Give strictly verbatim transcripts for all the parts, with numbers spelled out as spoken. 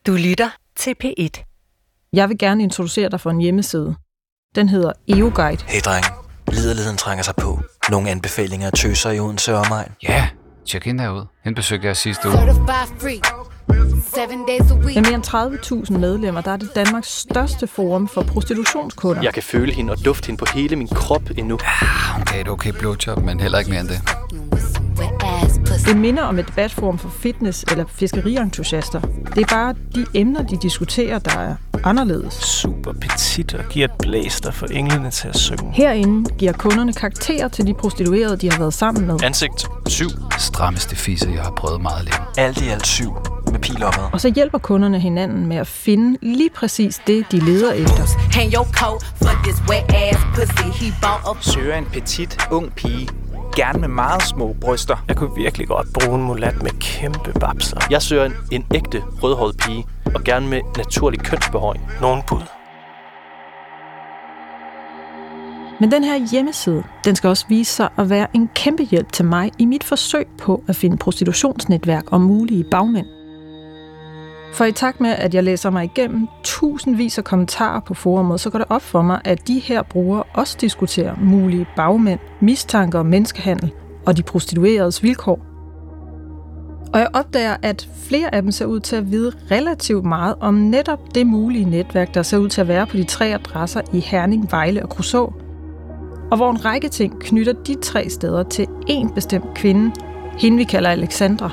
Du lytter til P et. Jeg vil gerne introducere dig for en hjemmeside. Den hedder EOGuide. Hey dreng, liderligheden trænger sig på. Nogle anbefalinger af tøser i Odense og omegn. Ja, tjek ind derud. Hende besøgte jeg sidste uge. Med mere end tredive tusind medlemmer, der er det Danmarks største forum for prostitutionskunder. Jeg kan føle hende og dufte hende på hele min krop endnu. Ah, hun gav et okay blowjob, men heller ikke mere end det. Det minder om et debatforum for fitness- eller fiskerientusiaster. Det er bare de emner, de diskuterer, der er anderledes. Super petit og giver et blæster for englene til at synge. Herinde giver kunderne karakterer til de prostituerede, de har været sammen med. Ansigt syv. Strammeste fisse, jeg har prøvet meget længe. Alt i alt syv med pil opad. Og så hjælper kunderne hinanden med at finde lige præcis det, de leder efter. Søger en petit, ung pige. Gerne med meget små bryster. Jeg kunne virkelig godt bruge en mulat med kæmpe babser. Jeg søger en, en ægte rødhåret pige, og gerne med naturlig kønsbehøjning. Nogen bud. Men den her hjemmeside, den skal også vise sig at være en kæmpe hjælp til mig i mit forsøg på at finde prostitutionsnetværk og mulige bagmænd. For i takt med, at jeg læser mig igennem tusindvis af kommentarer på forumet, så går det op for mig, at de her brugere også diskuterer mulige bagmænd, mistanker om menneskehandel og de prostitueredes vilkår. Og jeg opdager, at flere af dem ser ud til at vide relativt meget om netop det mulige netværk, der ser ud til at være på de tre adresser i Herning, Vejle og Kruså, og hvor en række ting knytter de tre steder til én bestemt kvinde, hende vi kalder Alexandra.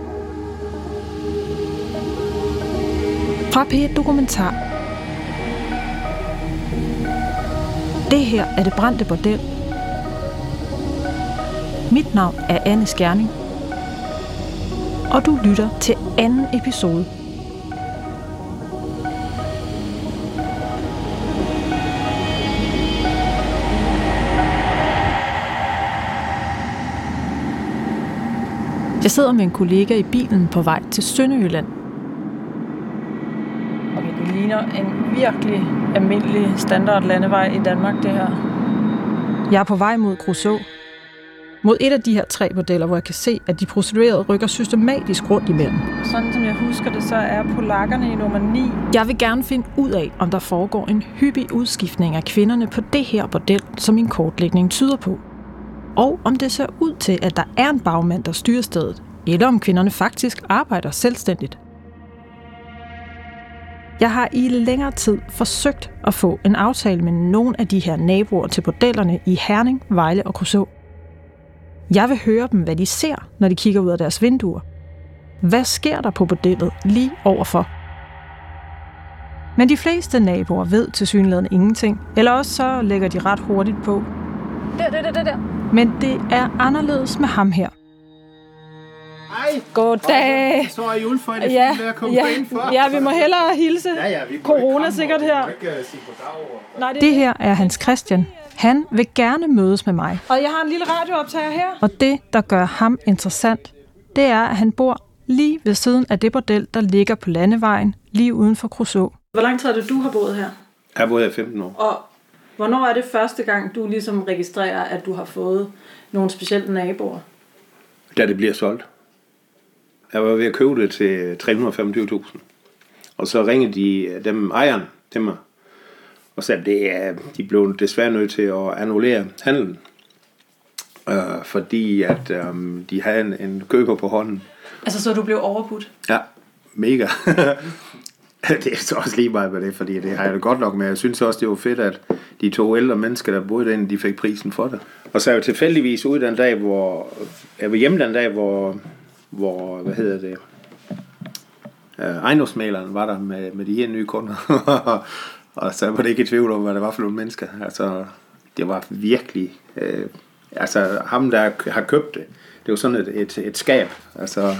Fra P et Dokumentar. Det her er Det Brændte Bordel. Mit navn er Anne Skjerning, og du lytter til anden episode. Jeg sidder med en kollega i bilen på vej til Sønderjylland. Okay, det ligner en virkelig almindelig standard landevej i Danmark, det her. Jeg er på vej mod Kruså. Mod et af de her tre bordeller, hvor jeg kan se, at de prostituerede rykker systematisk rundt imellem. Sådan som jeg husker det, så er polakkerne i nummer ni. Jeg vil gerne finde ud af, om der foregår en hyppig udskiftning af kvinderne på det her bordel, som min kortlægning tyder på. Og om det ser ud til, at der er en bagmand, der styrer stedet, eller om kvinderne faktisk arbejder selvstændigt. Jeg har i længere tid forsøgt at få en aftale med nogle af de her naboer til bordellerne i Herning, Vejle og Kruså. Jeg vil høre dem, hvad de ser, når de kigger ud af deres vinduer. Hvad sker der på bordellet lige overfor? Men de fleste naboer ved tilsyneladende ingenting, eller også så lægger de ret hurtigt på. Der, der, der, der, der. Men det er anderledes med ham her. Hej. Goddag. Så er I udenfor, det er ja, fint, at komme ja, ind for. ja, vi må hellere hilse. Ja, ja, vi Corona sikkert her. Ikke, uh, sige Nej, det... det her er Hans Christian. Han vil gerne mødes med mig. Og jeg har en lille radiooptager her. Og det, der gør ham interessant, det er, at han bor lige ved siden af det bordel, der ligger på landevejen, lige uden for Kruså. Hvor lang tid er det, du har boet her? Jeg har boet her femten år. Og hvornår er det første gang, du ligesom registrerer, at du har fået nogle specielle naboer? Da det bliver solgt. Jeg var ved at købe det til tre hundrede og femogtyve tusind. Og så ringede de dem ejeren til mig. Og sagde, at det er, de blev desværre nødt til at annullere handlen. Øh, fordi at øh, de havde en, en køber på hånden. Altså så du blev overbudt? Ja, mega. Det er så også lige meget med det, fordi det har jeg det godt nok med. Jeg synes også, det var fedt, at de to ældre mennesker, der boede derinde, de fik prisen for det. Og så er jeg jo tilfældigvis ude den dag, hvor jeg var hjemme den dag, hvor, hvor hvad hedder det, uh, ejendomsmæleren var der med, med de her nye kunder. Og så var det ikke i tvivl om, hvad det var for nogle mennesker. Altså, det var virkelig, øh, altså ham, der har købt det, det var sådan et, et, et skab. Altså,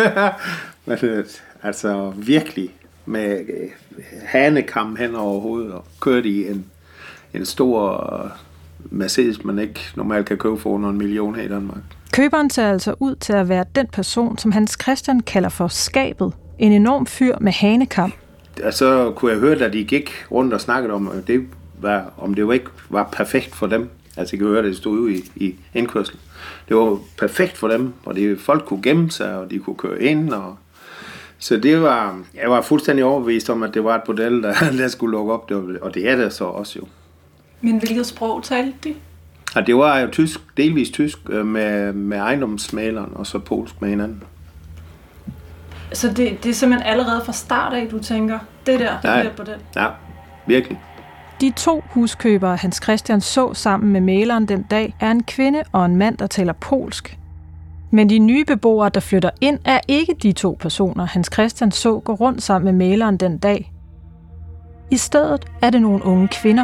altså virkelig med øh, hanekam hen over hovedet og kørte i en, en stor Mercedes, man ikke normalt kan købe for under en million her i Danmark. Køberen ser altså ud til at være den person, som Hans Christian kalder for skabet. En enorm fyr med hanekam. Og så kunne jeg høre, at de gik rundt og snakkede om, at det var, om det jo ikke var perfekt for dem. Altså jeg kunne høre, at det stod ude i, i indkørsel. Det var perfekt for dem, og det, folk kunne gemme sig, og de kunne køre ind, og Så det var, jeg var fuldstændig overbevist om, at det var et bordel, der, der skulle lukke op, det var, og det er det så også jo. Men hvilket sprog talte de? Og det var jo tysk, delvis tysk med, med ejendomsmaleren, og så polsk med hinanden. Så det, det er simpelthen allerede fra start af, du tænker, det der, det ja, bliver et bordel? Ja, virkelig. De to huskøbere, Hans Christian så sammen med mæleren den dag, er en kvinde og en mand, der taler polsk. Men de nye beboere, der flytter ind, er ikke de to personer, Hans Christian så gå rundt sammen med mæleren den dag. I stedet er det nogle unge kvinder.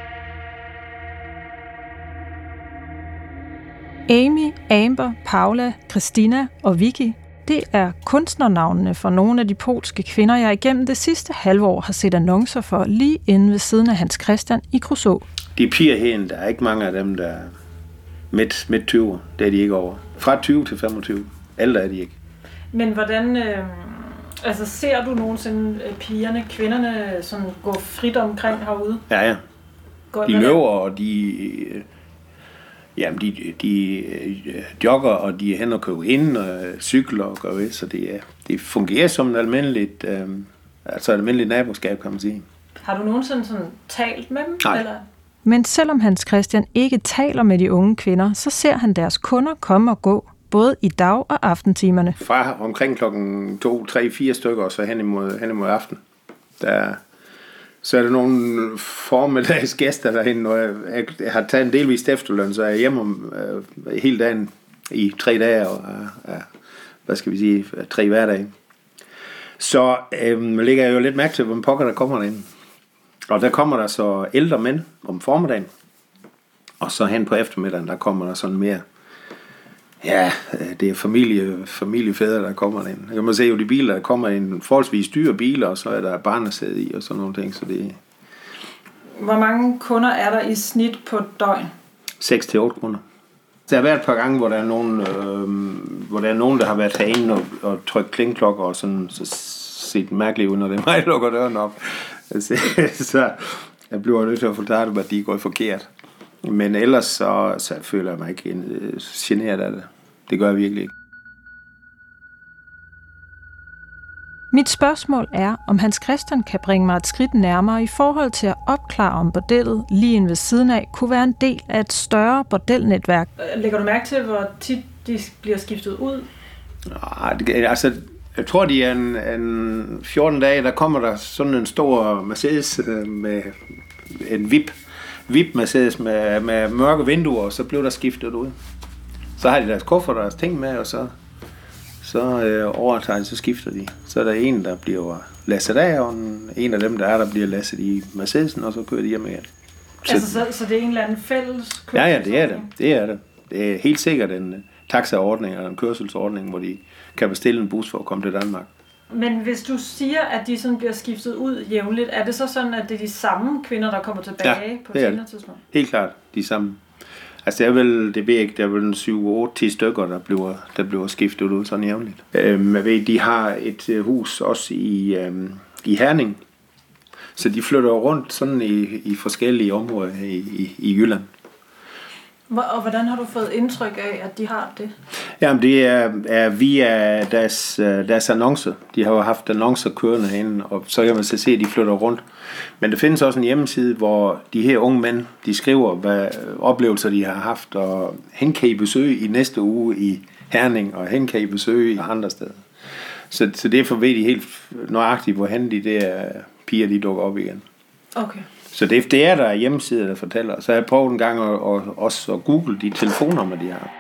Amy, Amber, Paula, Christina og Vicky, det er kunstnernavnene for nogle af de polske kvinder, jeg igennem det sidste halve år har set annoncer for lige inde ved siden af Hans Christian i Kruså. De piger herinde, der er ikke mange af dem, der er midt, midt tyverne. Det er de ikke over. Fra tyve til femogtyve. Ældre er de ikke. Men hvordan, øh, altså ser du nogensinde pigerne, kvinderne sådan gå frit omkring herude? Ja, ja. Går, de løber, og de, jamen, de, de jogger, og de er hen og køber ind, og cykler og gør ved, så det, er, det fungerer som et almindeligt, øh, altså et almindeligt naboskab, kan man sige. Har du nogensinde sådan talt med dem? Nej. Eller? Men selvom Hans Christian ikke taler med de unge kvinder, så ser han deres kunder komme og gå, både i dag- og aftentimerne. Fra omkring klokken to, tre, fire stykker, og så hen imod, hen imod aften. Der, så er der nogle formiddags gæster derhen, og jeg, jeg har taget en delvist efterløn, så jeg er hjemme om, øh, hele dagen i tre dage, og øh, hvad skal vi sige, tre hverdage. Så øh, lægger jeg jo lidt mærke til, hvor pokker der kommer derinde. Og der kommer der så ældre mænd om formiddagen, og så hen på eftermiddagen, der kommer der sådan mere, ja, det er familie, familiefædre, der kommer ind. Jeg kan man se jo de biler, der kommer ind, forholdsvis dyre biler, og så er der barnesæde i, og sådan nogle ting, så det. Hvor mange kunder er der i snit på et døgn? seks til otte kunder. Der har været et par gange, hvor der er nogen, øh, hvor der er nogen, der har været herinde og, og trykt klingklokker, og sådan, så set mærkeligt ud, når det er mig, der lukker døren op. Så jeg bliver nødt til at fortælle dem, at de er gået forkert. Men ellers så, så føler jeg mig ikke uh, generet af det. Det gør jeg virkelig ikke. Mit spørgsmål er, om Hans Christian kan bringe mig et skridt nærmere i forhold til at opklare, om bordellet lige inde ved siden af kunne være en del af et større bordelnetværk. Lægger du mærke til, hvor tit de bliver skiftet ud? Nej, det, altså, jeg tror, de er en, en fjorten dage, der kommer der sådan en stor Mercedes med en vip. vip-Mercedes med, med mørke vinduer, og så blev der skiftet ud. Så har de deres kuffer og deres ting med, og så, så øh, overtager så skifter de. Så er der en, der bliver lasset af, og en af dem, der er, der bliver lasset i Mercedesen, og så kører de hjem igen. Så, altså, så, så det er en eller anden fælles kørselsordning? Ja, ja, det er det. Det er det. Det er helt sikkert en taxaordning eller en kørselsordning, hvor de kan bestille en bus for at komme til Danmark. Men hvis du siger, at de sådan bliver skiftet ud jævnligt, er det så sådan, at det er de samme kvinder, der kommer tilbage ja, på et senere tidspunkt? Helt klart, de samme. Altså det er vel, det ved jeg ikke, der er vel en syv otte ti stykker, der bliver, der bliver skiftet ud sådan jævnligt. Øhm, jeg ved, de har et hus også i, øhm, i Herning, så de flytter rundt sådan i, i forskellige områder i, i, i Jylland. Og hvordan har du fået indtryk af, at de har det? Jamen, det er, er via deres, deres annoncer. De har jo haft annoncer kørende herinde, og så kan man så se, at de flytter rundt. Men der findes også en hjemmeside, hvor de her unge mænd, de skriver, hvad oplevelser de har haft, og hen kan I besøge i næste uge i Herning, og hen kan I besøge i andre steder. Så, så derfor ved de helt nøjagtigt, hvorhen de der piger, de dukker op igen. Okay. Så det, det er der hjemmesider, der fortæller. Så jeg har prøvet en gang at, at, også at google de telefonnummer, de har.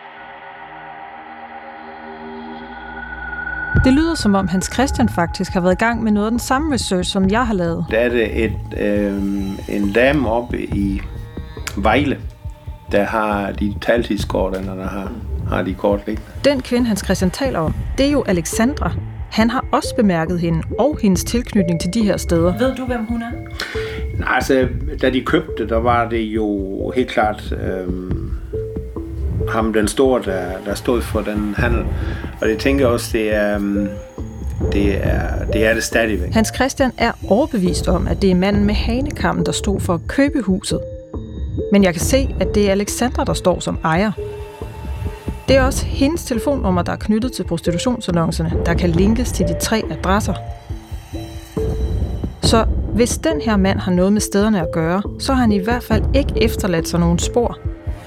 Det lyder som om Hans Christian faktisk har været i gang med noget af den samme research, som jeg har lavet. Der er det et, øh, en dame oppe i Vejle, der har de taltidskortene, der har, har de kort liggende. Den kvinde, Hans Christian taler om, det er jo Alexandra. Han har også bemærket hende og hendes tilknytning til de her steder. Ved du, hvem hun er? Nej, altså, da de købte, der var det jo helt klart øh, ham, den store, der, der stod for den handel. Og det tænker jeg også, det er, det er, det er det stadigvæk. Hans Christian er overbevist om, at det er manden med hanekammen, der stod for at købe huset. Men jeg kan se, at det er Alexandra, der står som ejer. Det er også hendes telefonnummer, der er knyttet til prostitutionsannoncerne, der kan linkes til de tre adresser. Så hvis den her mand har noget med stederne at gøre, så har han i hvert fald ikke efterladt sig nogen spor.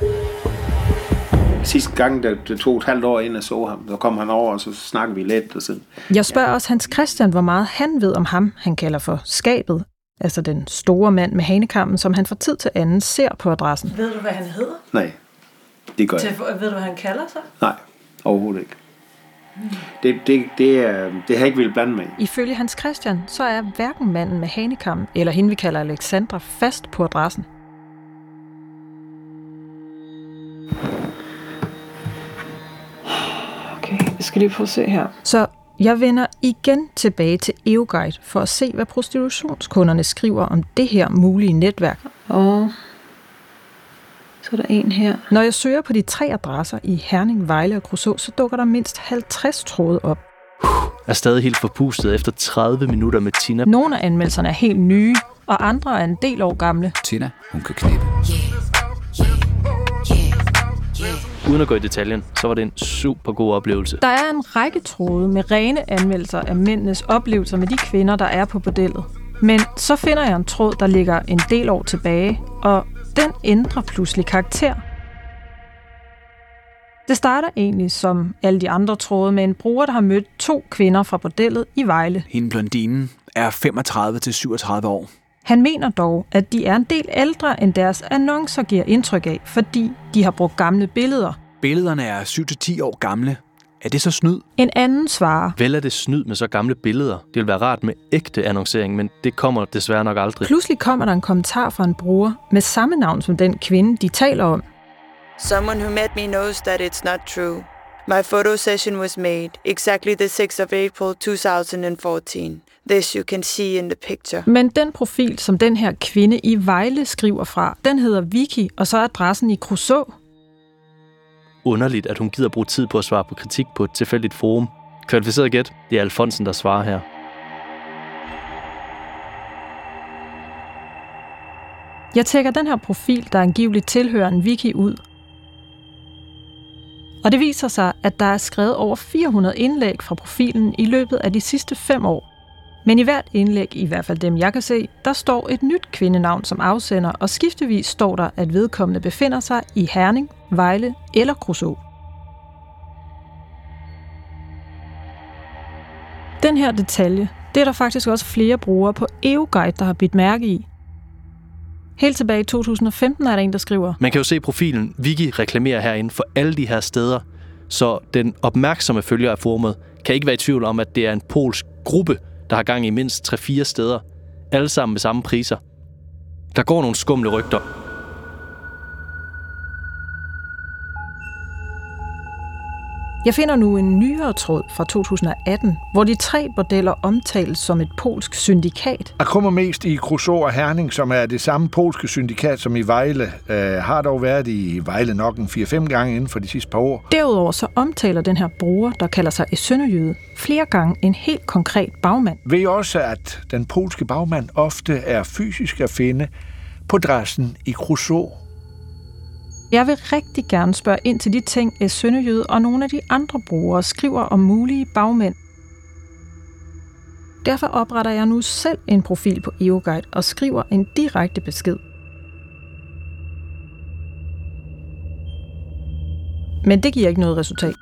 Sidste gang, da det tog et halvt år ind og så ham, så kom han over, og så snakkede vi lidt. Og så... Jeg spørger også Hans Christian, hvor meget han ved om ham, han kalder for skabet. Altså den store mand med hanekammen, som han fra tid til anden ser på adressen. Ved du, hvad han hedder? Nej, det gør jeg. Ved du, hvad han kalder sig? Nej, overhovedet ikke. Det, det, det, er, det har jeg ikke ville blande mig i. Ifølge Hans Christian, så er hverken manden med hanekammen, eller hende vi kalder Alexandra, fast på adressen. Okay, jeg skal lige prøve at se her. Så jeg vender igen tilbage til EUGuide for at se, hvad prostitutionskunderne skriver om det her mulige netværk. Og så er der en her. Når jeg søger på de tre adresser i Herning, Vejle og Kruså, så dukker der mindst halvtreds tråde op. Er stadig helt forpustet efter tredive minutter med Tina. Nogle af anmeldelserne er helt nye, og andre er en del år gamle. Tina, hun kan knippe. Uden at gå i detaljen, så var det en super god oplevelse. Der er en række tråde med rene anmeldelser af mændenes oplevelser med de kvinder, der er på bordellet. Men så finder jeg en tråd, der ligger en del år tilbage, og den ændrer pludselig karakter. Det starter egentlig som alle de andre tråde med en bruger, der har mødt to kvinder fra bordellet i Vejle. Hende blondinen er femogtredive til syvogtredive år. Han mener dog, at de er en del ældre, end deres annoncer giver indtryk af, fordi de har brugt gamle billeder. Billederne er syv til ti år gamle. Er det så snyd? En anden svarer. Vel er det snyd med så gamle billeder. Det vil være rart med ægte annoncering, men det kommer desværre nok aldrig. Pludselig kommer der en kommentar fra en bruger med samme navn som den kvinde, de taler om. Someone who met me knows that it's not true. My photo session was made exactly the sixth of April two thousand fourteen. This you can see in the picture. Men den profil, som den her kvinde i Vejle skriver fra, den hedder Vicky, og så er adressen i Kruså. Underligt, at hun gider bruge tid på at svare på kritik på et tilfældigt forum. Kvalificeret gæt, det er Alfonsen, der svarer her. Jeg tjekker den her profil, der angiveligt tilhører en Vicky, ud. Og det viser sig, at der er skrevet over fire hundrede indlæg fra profilen i løbet af de sidste fem år. Men i hvert indlæg, i hvert fald dem jeg kan se, der står et nyt kvindenavn som afsender, og skiftevis står der, at vedkommende befinder sig i Herning, Vejle eller Kruså. Den her detalje, det er der faktisk også flere brugere på EUGuide, der har bidt mærke i. Helt tilbage i to tusind og femten er der en, der skriver: Man kan jo se profilen, Vicky reklamerer herinde for alle de her steder, så den opmærksomme følger af forumet kan ikke være i tvivl om, at det er en polsk gruppe, der har gang i mindst tre fire steder, alle sammen med samme priser. Der går nogle skumle rygter. Jeg finder nu en nyere tråd fra to tusind og atten, hvor de tre bordeller omtales som et polsk syndikat. Der kommer mest i Kruså og Herning, som er det samme polske syndikat som i Vejle. Uh, har dog været i Vejle nok en fire fem gange inden for de sidste par år. Derudover så omtaler den her bruger, der kalder sig sønderjyde, flere gange en helt konkret bagmand. Ved også, at den polske bagmand ofte er fysisk at finde på adressen i Kruså. Jeg vil rigtig gerne spørge ind til de ting, at sønderjyde og nogle af de andre brugere skriver om mulige bagmænd. Derfor opretter jeg nu selv en profil på EUGuide og skriver en direkte besked. Men det giver ikke noget resultat.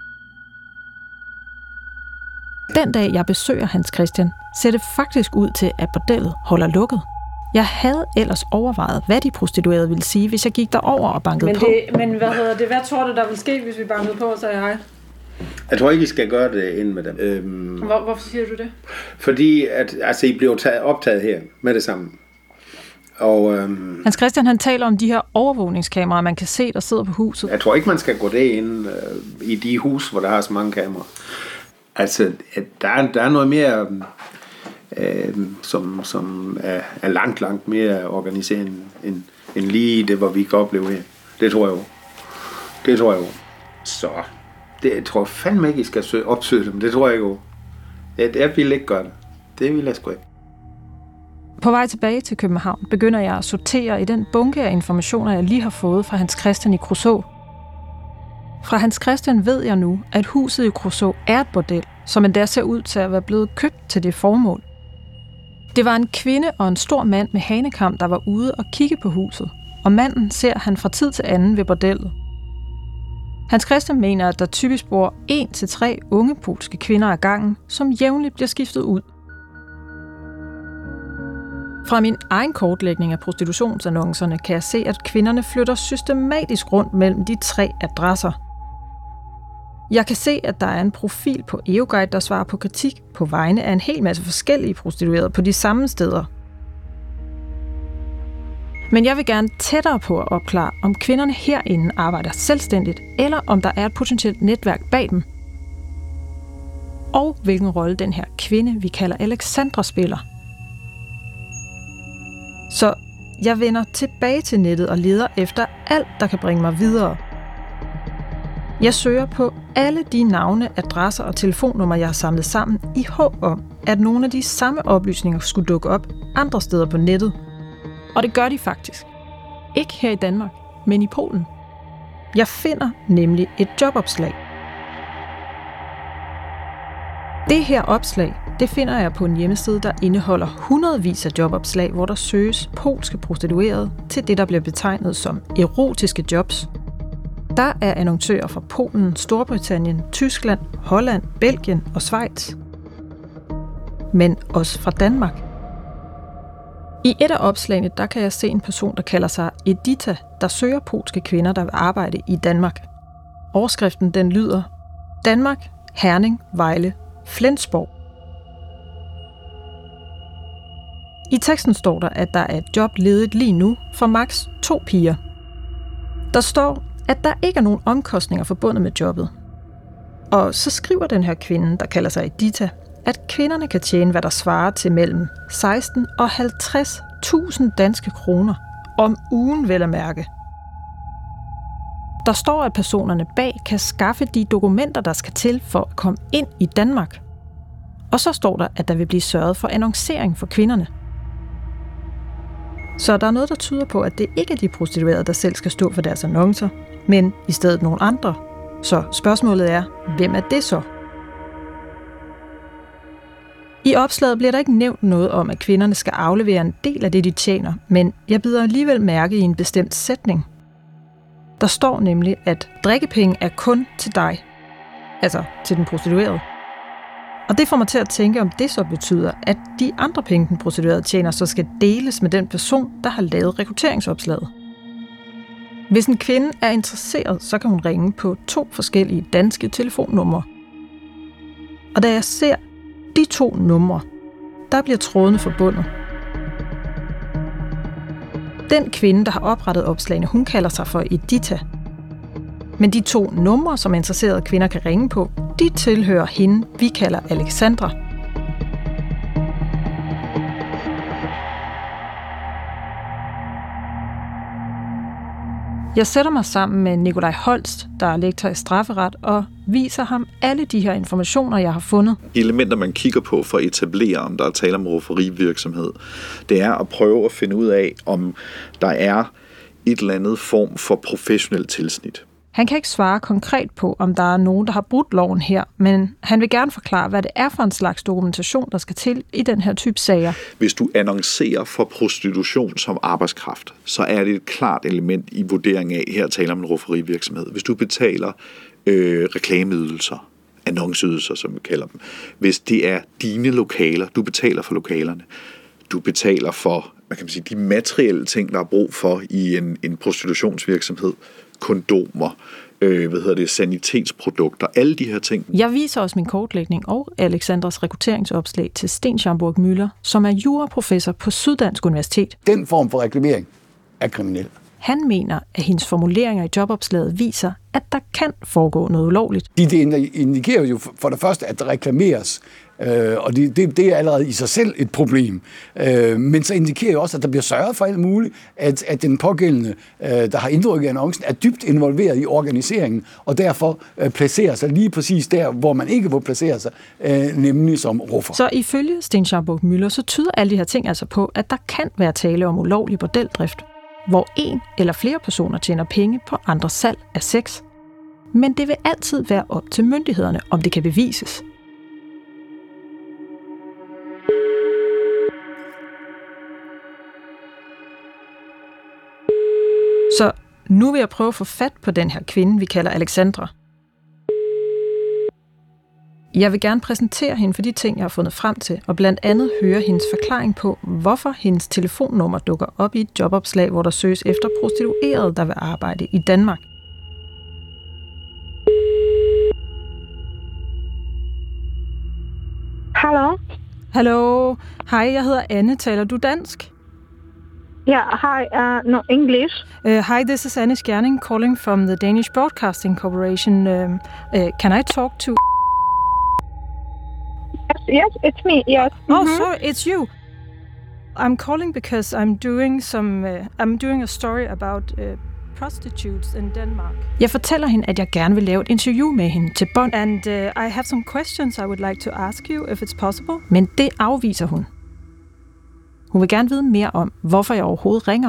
Den dag, jeg besøger Hans Christian, ser det faktisk ud til, at bordellet holder lukket. Jeg havde ellers overvejet, hvad de prostituerede ville sige, hvis jeg gik derover og bankede men på. Det, men hvad hedder det? Hvad tror du, der ville ske, hvis vi bankede på og sagde hej? Jeg tror ikke, I skal gøre det ind med dem. Øhm, Hvor, hvorfor siger du det? Fordi at, altså, I blev taget, optaget her med det samme. Og, øhm, Hans Christian han taler om de her overvågningskameraer, man kan se, der sidder på huset. Jeg tror ikke, man skal gå derind øh, i de hus, hvor der har så mange kameraer. Altså, der er, der er noget mere... Øh, som, som er, er langt, langt mere organiseret end, end lige det, hvor vi kan opleve her. Det tror jeg jo. Det tror jeg jo. Så, det, jeg tror fandme ikke, I skal søge, opsøge dem. Det tror jeg jo. Jeg, jeg vil ikke gøre det. Det vil jeg sgu ikke. På vej tilbage til København begynder jeg at sortere i den bunke af informationer, jeg lige har fået fra Hans Christian i Kruså. Fra Hans Christian ved jeg nu, at huset i Kruså er et bordel, som endda ser ud til at være blevet købt til det formål. Det var en kvinde og en stor mand med hanekam, der var ude og kigge på huset, og manden ser han fra tid til anden ved bordellet. Hans Christian mener, at der typisk bor en til tre unge polske kvinder ad gangen, som jævnligt bliver skiftet ud. Fra min egen kortlægning af prostitutionsannoncerne kan jeg se, at kvinderne flytter systematisk rundt mellem de tre adresser. Jeg kan se, at der er en profil på EOGuide, der svarer på kritik på vegne af en hel masse forskellige prostituerede på de samme steder. Men jeg vil gerne tættere på at opklare, om kvinderne herinde arbejder selvstændigt, eller om der er et potentielt netværk bag dem. Og hvilken rolle den her kvinde, vi kalder Alexandra, spiller. Så jeg vender tilbage til nettet og leder efter alt, der kan bringe mig videre. Jeg søger på alle de navne, adresser og telefonnumre, jeg har samlet sammen, i håb om, at nogle af de samme oplysninger skulle dukke op andre steder på nettet. Og det gør de faktisk. Ikke her i Danmark, men i Polen. Jeg finder nemlig et jobopslag. Det her opslag, det finder jeg på en hjemmeside, der indeholder hundredvis af jobopslag, hvor der søges polske prostituerede til det, der bliver betegnet som erotiske jobs. Der er annoncører fra Polen, Storbritannien, Tyskland, Holland, Belgien og Schweiz. Men også fra Danmark. I et af opslagene, der kan jeg se en person, der kalder sig Edita, der søger polske kvinder, der vil arbejde i Danmark. Overskriften den lyder: Danmark, Herning, Vejle, Flensborg. I teksten står der, at der er et job ledigt lige nu for maks to piger. Der står, at der ikke er nogen omkostninger forbundet med jobbet. Og så skriver den her kvinde, der kalder sig Edita, at kvinderne kan tjene, hvad der svarer til mellem seksten og halvtreds tusind danske kroner om ugen, vel at mærke. Der står, at personerne bag kan skaffe de dokumenter, der skal til for at komme ind i Danmark. Og så står der, at der vil blive sørget for annoncering for kvinderne. Så der er noget, der tyder på, at det ikke er de prostituerede, der selv skal stå for deres annoncer, men i stedet nogle andre. Så spørgsmålet er, hvem er det så? I opslaget bliver der ikke nævnt noget om, at kvinderne skal aflevere en del af det, de tjener, men jeg bider alligevel mærke i en bestemt sætning. Der står nemlig, at drikkepenge er kun til dig, altså til den prostituerede. Og det får mig til at tænke, om det så betyder, at de andre penge, den prostituerede tjener, så skal deles med den person, der har lavet rekrutteringsopslaget. Hvis en kvinde er interesseret, så kan hun ringe på to forskellige danske telefonnumre. Og da jeg ser de to numre, der bliver trådene forbundet. Den kvinde, der har oprettet opslagene, hun kalder sig for Edita. Men de to numre, som interesserede kvinder kan ringe på, de tilhører hende, vi kalder Alexandra. Jeg sætter mig sammen med Nikolaj Holst, der er lektor i strafferet, og viser ham alle de her informationer, jeg har fundet. De elementer, man kigger på for at etablere, om der er tale om rufferivirksomhed, det er at prøve at finde ud af, om der er et eller andet form for professionelt tilsnit. Han kan ikke svare konkret på, om der er nogen, der har brudt loven her, men han vil gerne forklare, hvad det er for en slags dokumentation, der skal til i den her type sager. Hvis du annoncerer for prostitution som arbejdskraft, så er det et klart element i vurderingen af, her taler om en rufferivirksomhed. Hvis du betaler øh, reklameydelser, annonceeydelser, som vi kalder dem, hvis det er dine lokaler, du betaler for lokalerne, du betaler for, hvad kan man sige, de materielle ting, der er brug for i en, en prostitutionsvirksomhed, kondomer, øh, hvad hedder det, sanitetsprodukter, alle de her ting. Jeg viser også min kortlægning og Alexandras rekrutteringsopslag til Sten Schamburg Müller, som er juraprofessor på Syddansk Universitet. Den form for reklamering er kriminel. Han mener, at hendes formuleringer i jobopslaget viser, at der kan foregå noget ulovligt. Det indikerer jo for det første, at der reklameres, øh, og det, det, det er allerede i sig selv et problem. Øh, men så indikerer jo også, at der bliver sørget for alt muligt, at, at den pågældende, øh, der har indrykket annoncen, er dybt involveret i organiseringen, og derfor øh, placerer sig lige præcis der, hvor man ikke må placere sig, øh, nemlig som ruffer. Så ifølge Sten Schamburg Müller, så tyder alle de her ting altså på, at der kan være tale om ulovlig bordeldrift, hvor en eller flere personer tjener penge på andres salg af sex. Men det vil altid være op til myndighederne, om det kan bevises. Så nu vil jeg prøve at få fat på den her kvinde, vi kalder Alexandra. Jeg vil gerne præsentere hende for de ting, jeg har fundet frem til, og blandt andet høre hendes forklaring på, hvorfor hendes telefonnummer dukker op i et jobopslag, hvor der søges efter prostituerede, der vil arbejde i Danmark. Hallo? Hallo. Hej, jeg hedder Anne. Taler du dansk? Yeah, hi, uh, no, English. Uh, hi, this is Anne Skjerning calling from the Danish Broadcasting Corporation. Um, uh, can I talk to... Yes, yes, it's me, yes. Oh, Mm-hmm. sorry, it's you. I'm calling because I'm doing some... Uh, I'm doing a story about uh, prostitutes in Denmark. Jeg fortæller hende, at jeg gerne vil lave et interview med hende til bånd. And uh, I have some questions I would like to ask you, if it's possible. Men det afviser hun. Hun vil gerne vide mere om, hvorfor jeg overhovedet ringer.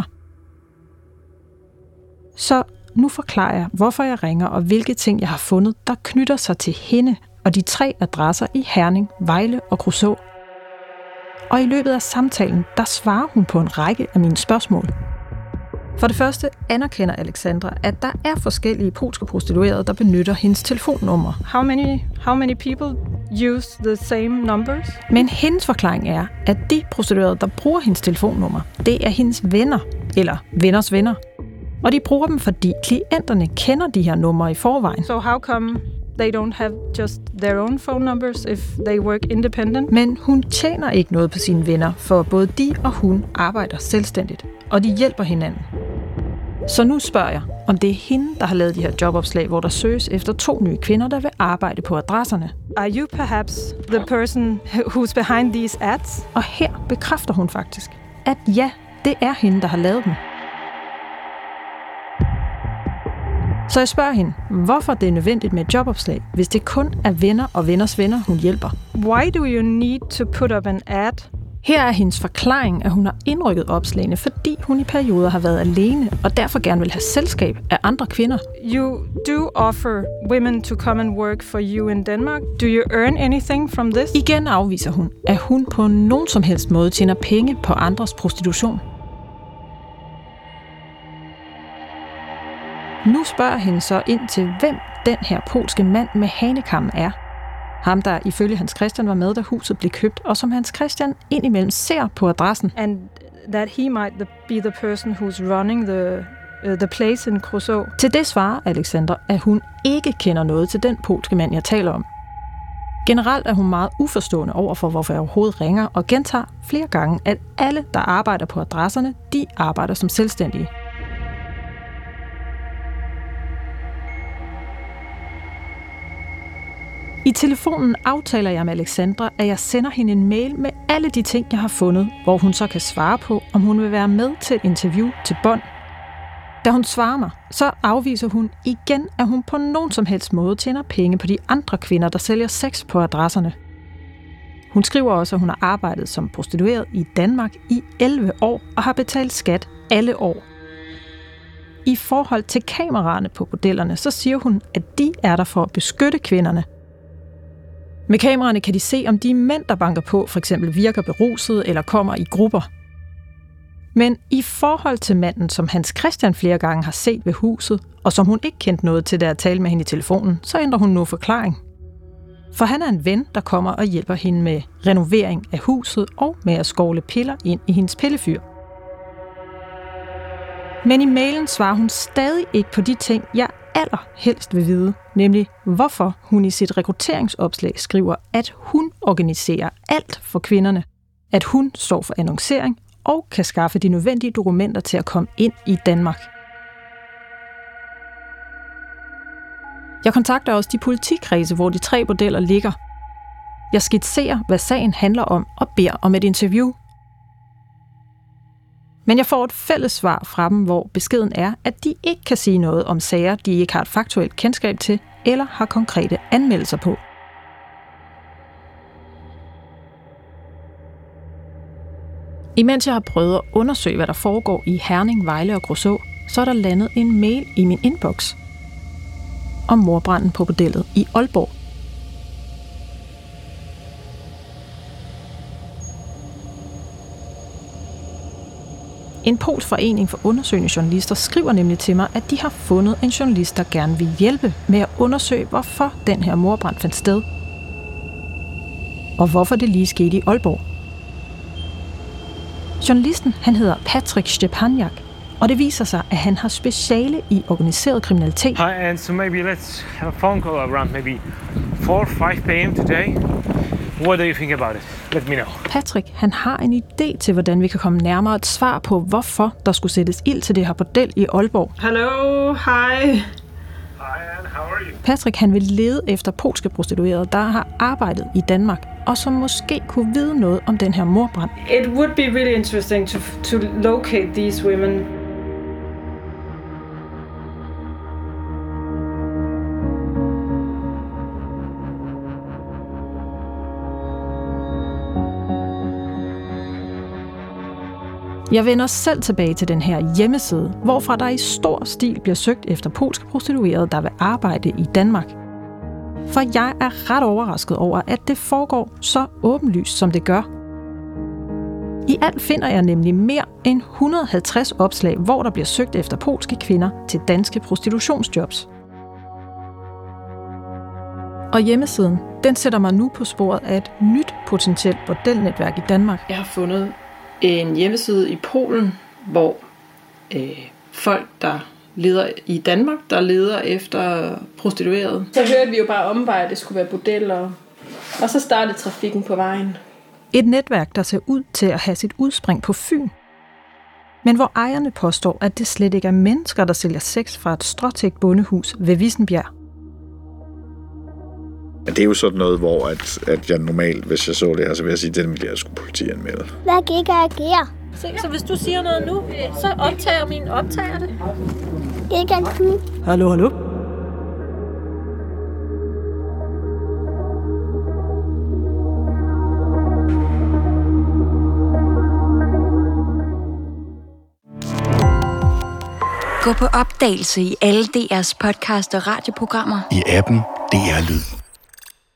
Så nu forklarer jeg, hvorfor jeg ringer, og hvilke ting jeg har fundet, der knytter sig til hende og de tre adresser i Herning, Vejle og Kruså. Og i løbet af samtalen, der svarer hun på en række af mine spørgsmål. For det første anerkender Alexandra, at der er forskellige polske prostituerede, der benytter hendes telefonnummer. How many, how many people use the same numbers? Men hendes forklaring er, at de prostituerede, der bruger hendes telefonnummer, det er hendes venner, eller venners venner. Og de bruger dem, fordi klienterne kender de her numre i forvejen. So how come they don't have just their own phone numbers if they work independent? Men hun tjener ikke noget på sine venner, for både de og hun arbejder selvstændigt, og de hjælper hinanden. Så nu spørger jeg, om det er hende, der har lavet de her jobopslag, hvor der søges efter to nye kvinder, der vil arbejde på adresserne. Are you perhaps the person who's behind these ads? Og her bekræfter hun faktisk, at ja, det er hende, der har lavet dem. Så jeg spørger hende, hvorfor det er nødvendigt med et jobopslag, hvis det kun er venner og venners venner, hun hjælper. Why do you need to put up an ad? Her er hendes forklaring, at hun har indrykket opslagene, fordi hun i perioder har været alene, og derfor gerne vil have selskab af andre kvinder. You do offer women to come and work for you in Denmark. Do you earn anything from this? Igen afviser hun, at hun på nogen som helst måde tjener penge på andres prostitution. Nu spørger hende så ind til, hvem den her polske mand med hanekammen er. Ham, der ifølge Hans Christian var med, da huset blev købt, og som Hans Christian indimellem ser på adressen. And that he might be the person who's running the, uh, the place in Kruså. Til det svarer Alexandra, at hun ikke kender noget til den polske mand, jeg taler om. Generelt er hun meget uforstående over for, hvorfor jeg overhovedet ringer, og gentager flere gange, at alle, der arbejder på adresserne, de arbejder som selvstændige. I telefonen aftaler jeg med Alexandra, at jeg sender hende en mail med alle de ting, jeg har fundet, hvor hun så kan svare på, om hun vil være med til et interview til bånd. Da hun svarer mig, så afviser hun igen, at hun på nogen som helst måde tjener penge på de andre kvinder, der sælger sex på adresserne. Hun skriver også, at hun har arbejdet som prostitueret i Danmark i elleve år og har betalt skat alle år. I forhold til kameraerne på bordellerne, så siger hun, at de er der for at beskytte kvinderne. Med kameraerne kan de se, om de mænd, der banker på, for eksempel virker beruset eller kommer i grupper. Men i forhold til manden, som Hans Christian flere gange har set ved huset, og som hun ikke kendte noget til, da jeg talte med hende i telefonen, så ændrer hun nu forklaring. For han er en ven, der kommer og hjælper hende med renovering af huset og med at skovle piller ind i hendes pillefyr. Men i mailen svarer hun stadig ikke på de ting, jeg allerhelst vil vide, nemlig hvorfor hun i sit rekrutteringsopslag skriver, at hun organiserer alt for kvinderne, at hun står for annoncering og kan skaffe de nødvendige dokumenter til at komme ind i Danmark. Jeg kontakter også de politikredse, hvor de tre bordeller ligger. Jeg skitserer, hvad sagen handler om og beder om et interview. Men jeg får et fælles svar fra dem, hvor beskeden er, at de ikke kan sige noget om sager, de ikke har et faktuelt kendskab til eller har konkrete anmeldelser på. Imens jeg har prøvet at undersøge, hvad der foregår i Herning, Vejle og Kruså, så er der landet en mail i min inbox. om mordbranden på bordellet i Aalborg. En polsk forening for undersøgende journalister skriver nemlig til mig, at de har fundet en journalist, der gerne vil hjælpe med at undersøge, hvorfor den her mordbrand fandt sted. Og hvorfor det lige skete i Aalborg. Journalisten, han hedder Patrik Szczepaniak, og det viser sig, at han har speciale i organiseret kriminalitet. Hi, and so maybe let's have a phone call around maybe four, five p m today. What do you think about it? Let me know. Patrik, han har en idé til, hvordan vi kan komme nærmere et svar på, hvorfor der skulle sættes ild til det her bordel i Aalborg. Hello, hi. Patrik, han vil lede efter polske prostituerede, der har arbejdet i Danmark, og som måske kunne vide noget om den her mordbrand. It would be really interesting to, to locate these women. Jeg vender selv tilbage til den her hjemmeside, hvorfra der i stor stil bliver søgt efter polske prostituerede, der vil arbejde i Danmark. For jeg er ret overrasket over, at det foregår så åbenlyst, som det gør. I alt finder jeg nemlig mere end et hundrede og halvtreds opslag, hvor der bliver søgt efter polske kvinder til danske prostitutionsjobs. Og hjemmesiden, den sætter mig nu på sporet af et nyt potentielt bordelnetværk i Danmark. Jeg har fundet en hjemmeside i Polen, hvor øh, folk, der leder i Danmark, der leder efter prostituerede. Så hørte vi jo bare omvej, at det skulle være bordeller, og så startede trafikken på vejen. Et netværk, der ser ud til at have sit udspring på Fyn, men hvor ejerne påstår, at det slet ikke er mennesker, der sælger sex fra et stråtækt bondehus ved Vissenbjerg. Det er jo sådan noget, hvor at, at jeg normalt, hvis jeg så det her, så vil jeg sige, at den ville jeg skulle politianmelde. Hvad gik jeg agere? Se, så hvis du siger noget nu, så optager min optager det. Ikke altid. Hallo, hallo. Gå på opdagelse i alle D R's podcast og radioprogrammer. I appen D R Lyd.